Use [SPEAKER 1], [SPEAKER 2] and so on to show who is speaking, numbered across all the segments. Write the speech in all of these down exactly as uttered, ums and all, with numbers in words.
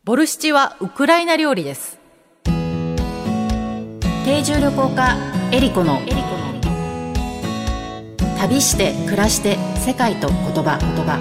[SPEAKER 1] ボルシチはウクライナ料理です。定住旅行家エリコの旅して暮らして世界と言葉言葉。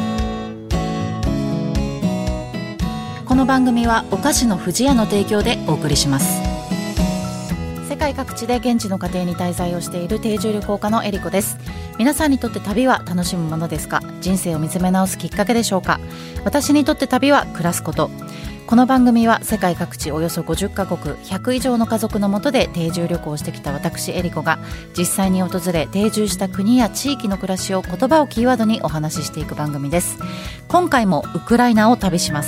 [SPEAKER 1] この番組はお菓子の不二家の提供でお送りします。世界各地で現地の家庭に滞在をしている定住旅行家のエリコです。皆さんにとって旅は楽しむものですか？人生を見つめ直すきっかけでしょうか？私にとって旅は暮らすこと。この番組は世界各地およそごじゅっカ国ひゃく以上の家族の下で定住旅行をしてきた私エリコが実際に訪れ定住した国や地域の暮らしを言葉をキーワードにお話ししていく番組です。今回もウクライナを旅します。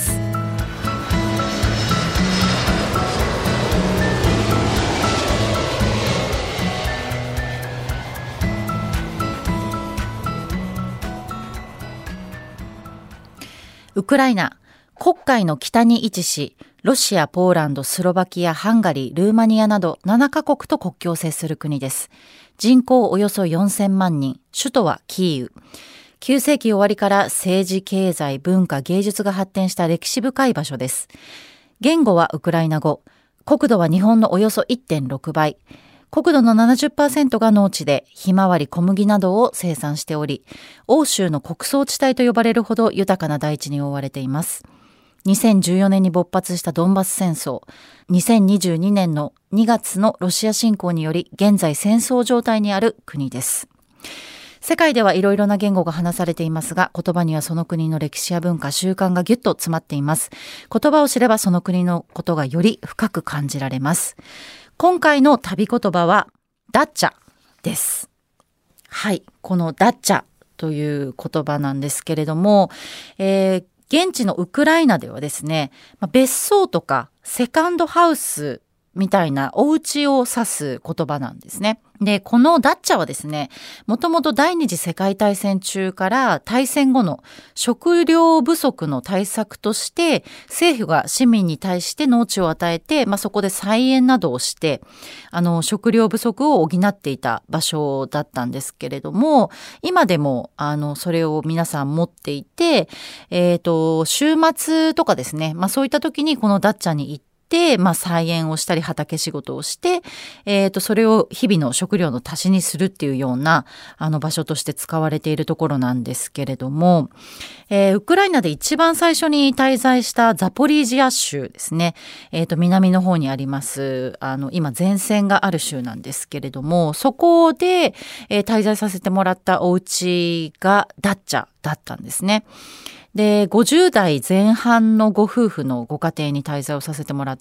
[SPEAKER 1] ウクライナ、黒海の北に位置し、ロシア、ポーランド、スロバキア、ハンガリー、ルーマニアなどななカ国と国境を接する国です。人口およそよんせんまんにん、首都はキーウ。きゅうせいき終わりから政治、経済、文化、芸術が発展した歴史深い場所です。言語はウクライナ語。国土は日本のおよそ いってんろくばい。国土の ななじゅっパーセント が農地で、ひまわり、小麦などを生産しており、欧州の穀倉地帯と呼ばれるほど豊かな大地に覆われています。にせんじゅうよねんに勃発したドンバス戦争、にせんにじゅうにねんのにがつのロシア侵攻により、現在戦争状態にある国です。世界ではいろいろな言語が話されていますが、言葉にはその国の歴史や文化、習慣がぎゅっと詰まっています。言葉を知ればその国のことがより深く感じられます。今回の旅言葉はダッチャです。はい、このダッチャという言葉なんですけれども、えー、現地のウクライナではですね、別荘とかセカンドハウスみたいなお家を指す言葉なんですね。で、このダッチャはですね、もともと第二次世界大戦中から大戦後の食料不足の対策として政府が市民に対して農地を与えて、まあ、そこで菜園などをしてあの食料不足を補っていた場所だったんですけれども、今でもあのそれを皆さん持っていて、えーと、週末とかですね、まあ、そういった時にこのダッチャに行ってで、まあ、菜園をしたり畑仕事をして、えーと、それを日々の食料の足しにするっていうようなあの場所として使われているところなんですけれども、えー、ウクライナで一番最初に滞在したザポリージア州ですね、えーと、南の方にありますあの今前線がある州なんですけれども、そこで、えー、滞在させてもらったお家がダッチャだったんですね。で、ごじゅうだいぜん半のご夫婦のご家庭に滞在をさせてもらって、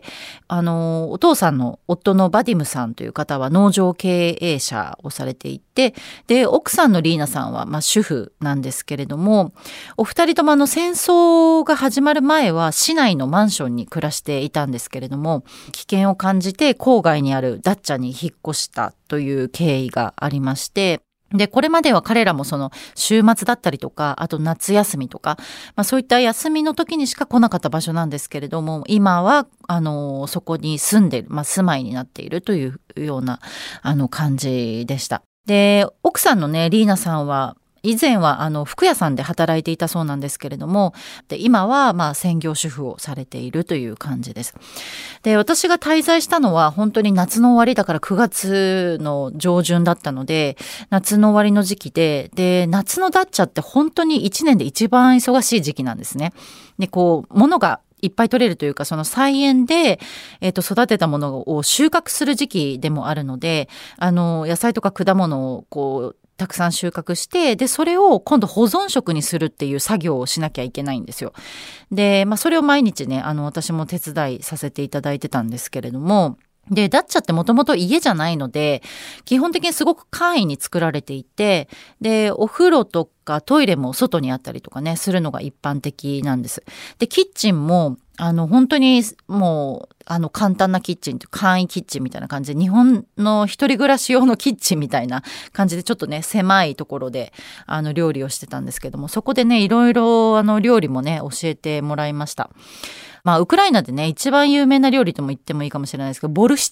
[SPEAKER 1] あの、お父さんの夫のバディムさんという方は農場経営者をされていて、で、奥さんのリーナさんは、まあ、主婦なんですけれども、お二人ともあの戦争が始まる前は市内のマンションに暮らしていたんですけれども、危険を感じて郊外にあるダッチャに引っ越したという経緯がありまして、で、これまでは彼らもその週末だったりとか、あと夏休みとか、まあそういった休みの時にしか来なかった場所なんですけれども、今は、あの、そこに住んでる、まあ住まいになっているというような、あの感じでした。で、奥さんのね、リーナさんは、以前はあの服屋さんで働いていたそうなんですけれども、で今はまあ専業主婦をされているという感じです。で、私が滞在したのは本当に夏の終わりだからくがつの上旬だったので、夏の終わりの時期で、で、夏のダッチャって本当にいちねんで一番忙しい時期なんですね。で、こう、物がいっぱい取れるというか、その菜園で、えっと、育てたものを収穫する時期でもあるので、あの、野菜とか果物をこう、たくさん収穫して、で、それを今度保存食にするっていう作業をしなきゃいけないんですよ。で、まあ、それを毎日ね、あの、私も手伝いさせていただいてたんですけれども、で、ダッチャってもともと家じゃないので、基本的にすごく簡易に作られていて、で、お風呂とかトイレも外にあったりとかね、するのが一般的なんです。で、キッチンも、あの、本当にもう、あの、簡単なキッチン、簡易キッチンみたいな感じで、日本の一人暮らし用のキッチンみたいな感じで、ちょっとね、狭いところで、あの、料理をしてたんですけども、そこでね、いろいろ、あの、料理もね、教えてもらいました。まあ、ウクライナでね、一番有名な料理とも言ってもいいかもしれないですけど、ボルシチ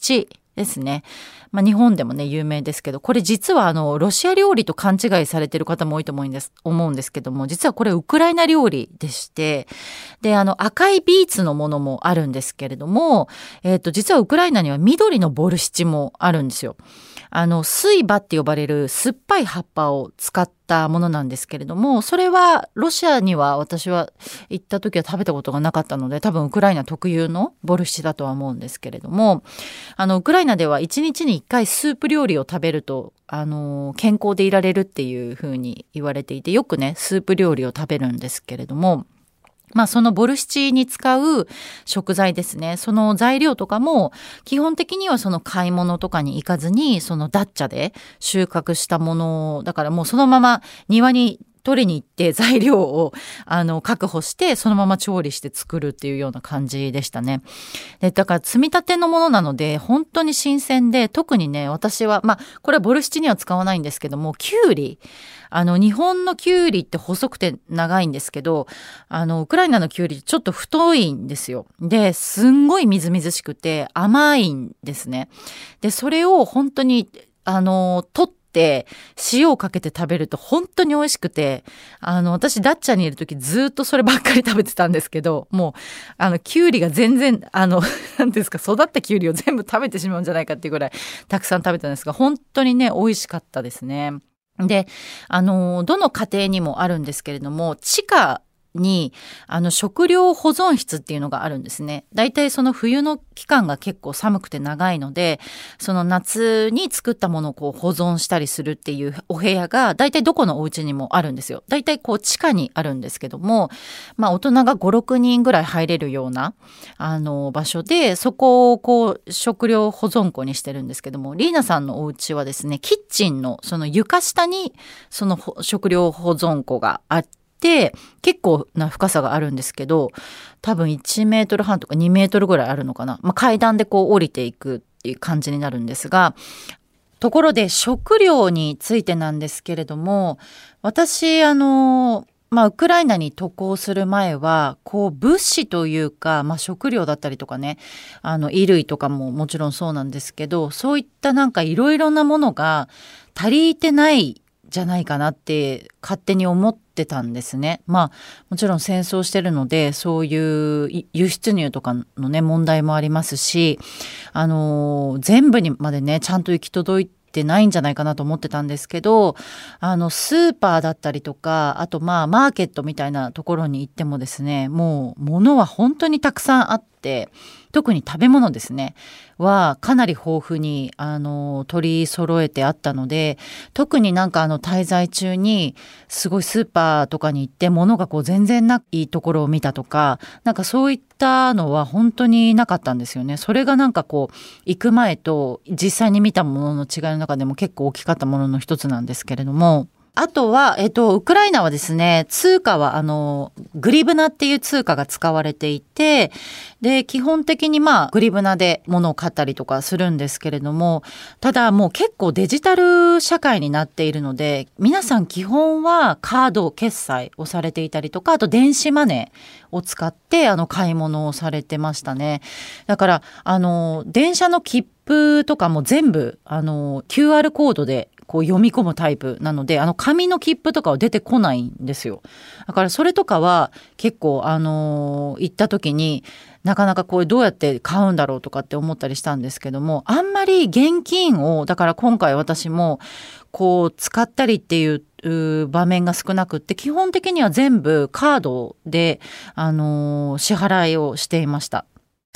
[SPEAKER 1] ですね。まあ、日本でもね有名ですけど、これ実はあのロシア料理と勘違いされてる方も多いと思うんです思うんですけども、実はこれウクライナ料理でして、であの赤いビーツのものもあるんですけれども、えっと実はウクライナには緑のボルシチもあるんですよ。あのスイバって呼ばれる酸っぱい葉っぱを使ったものなんですけれども、それはロシアには私は行った時は食べたことがなかったので、多分ウクライナ特有のボルシチだとは思うんですけれども、あのウクライナではいちにちにいっかいスープ料理を食べるとあの健康でいられるっていうふうに言われていて、よくねスープ料理を食べるんですけれども、まあそのボルシチに使う食材ですね。その材料とかも基本的にはその買い物とかに行かずに、そのダッチャで収穫したものだから、もうそのまま庭に取りに行って材料をあの確保してそのまま調理して作るっていうような感じでしたね。でだから積み立てのものなので本当に新鮮で、特にね私はまあこれはボルシチには使わないんですけども、キュウリ、あの日本のキュウリって細くて長いんですけど、あのウクライナのキュウリちょっと太いんですよ。ですんごいみずみずしくて甘いんですね。でそれを本当にあの取ってで塩をかけて食べると本当に美味しくて、あの私ダッチャにいる時ずっとそればっかり食べてたんですけど、もうあのキュウリが全然あの何ですか、育ったキュウリを全部食べてしまうんじゃないかっていうぐらいたくさん食べたんですが、本当にね美味しかったですね。であのどの家庭にもあるんですけれども、地下にあの食料保存室っていうのがあるんですね。だいたいその冬の期間が結構寒くて長いので、その夏に作ったものをこう保存したりするっていうお部屋がだいたいどこのお家にもあるんですよ。だいたいこう地下にあるんですけども、まあ大人がご、ろくにんぐらい入れるようなあの場所で、そこをこう食料保存庫にしてるんですけども、リーナさんのお家はですね、キッチンのその床下にその食料保存庫があって、で結構な深さがあるんですけど、多分いちメートルはんとかにメートルぐらいあるのかな、まあ、階段でこう降りていくっていう感じになるんですが、ところで食料についてなんですけれども、私あのまあ、ウクライナに渡航する前はこう物資というか、まあ、食料だったりとかね、あの衣類とかももちろんそうなんですけど、そういったなんかいろいろなものが足りてないじゃないかなって勝手に思ってたんですね。まあもちろん戦争してるので、そういう輸出入とかのね問題もありますし、あの全部にまでねちゃんと行き届いてってないんじゃないかなと思ってたんですけど、あのスーパーだったりとか、あとまあマーケットみたいなところに行ってもですね、もう物は本当にたくさんあって、特に食べ物ですねはかなり豊富にあの取り揃えてあったので、特になんかあの滞在中にすごいスーパーとかに行って物がこう全然ないところを見たとか、なんかそういったのは本当になかったんですよね。それがなんかこう行く前と実際に見たものの違いの中でも結構大きかったものの一つなんですけれども、あとは、えっと、ウクライナはですね、通貨は、あの、グリブナっていう通貨が使われていて、で、基本的にまあ、グリブナで物を買ったりとかするんですけれども、ただもう結構デジタル社会になっているので、皆さん基本はカード決済をされていたりとか、あと電子マネーを使って、あの、買い物をされてましたね。だから、あの、電車の切符とかも全部、あの、キューアール コードで、こう読み込むタイプなので、あの紙の切符とかは出てこないんですよ。だからそれとかは結構あのー、行った時になかなかこうどうやって買うんだろうとかって思ったりしたんですけども、あんまり現金をだから今回私もこう使ったりっていう場面が少なくって、基本的には全部カードであのー、支払いをしていました。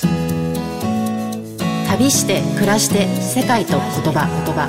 [SPEAKER 1] 旅して暮らして世界と言葉言葉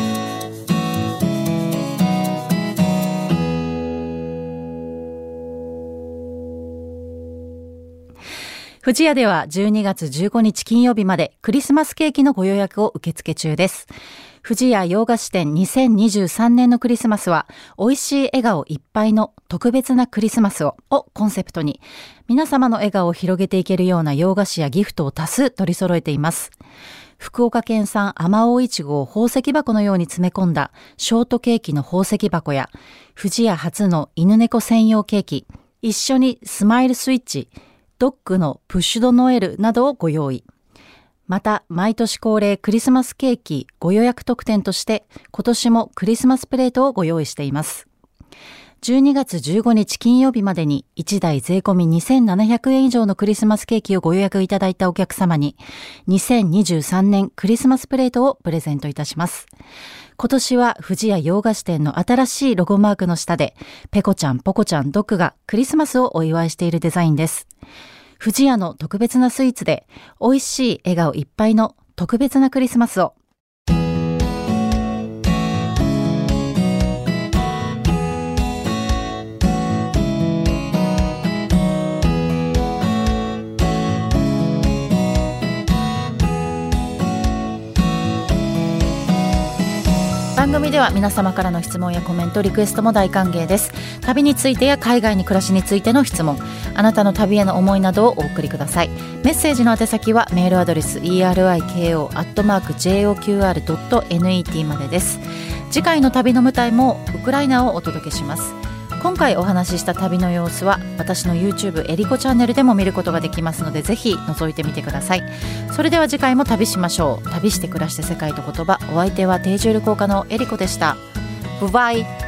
[SPEAKER 1] 富士屋ではじゅうにがつじゅうごにち金曜日までクリスマスケーキのご予約を受付中です。富士屋洋菓子店にせんにじゅうさんねんのクリスマスは美味しい笑顔いっぱいの特別なクリスマスををコンセプトに、皆様の笑顔を広げていけるような洋菓子やギフトを多数取り揃えています。福岡県産あまおういちごを宝石箱のように詰め込んだショートケーキの宝石箱や、富士屋初の犬猫専用ケーキ、一緒にスマイルスイッチ、ドッグのプッシュドノエルなどをご用意。 また毎年恒例クリスマスケーキご予約特典として今年もクリスマスプレートをご用意しています。じゅうにがつじゅうごにち金曜日までにいちだい税込みにせんななひゃくえん以上のクリスマスケーキをご予約いただいたお客様ににせんにじゅうさんねんクリスマスプレートをプレゼントいたします。今年は富士屋洋菓子店の新しいロゴマークの下でペコちゃん、ポコちゃん、ドッグがクリスマスをお祝いしているデザインです。富士屋の特別なスイーツで美味しい笑顔いっぱいの特別なクリスマスを。番組では皆様からの質問やコメント、リクエストも大歓迎です。旅についてや海外に暮らしについての質問、あなたの旅への思いなどをお送りください。メッセージの宛先はメールアドレス イーアールアイケーオーアットマークジェイオーキューアールドットネット までです。次回の旅の舞台もウクライナをお届けします。今回お話しした旅の様子は私の YouTube エリコチャンネルでも見ることができますので、ぜひ覗いてみてください。それでは次回も旅しましょう。旅して暮らして世界と言葉、お相手は定住旅行家のエリコでした。バイバイ。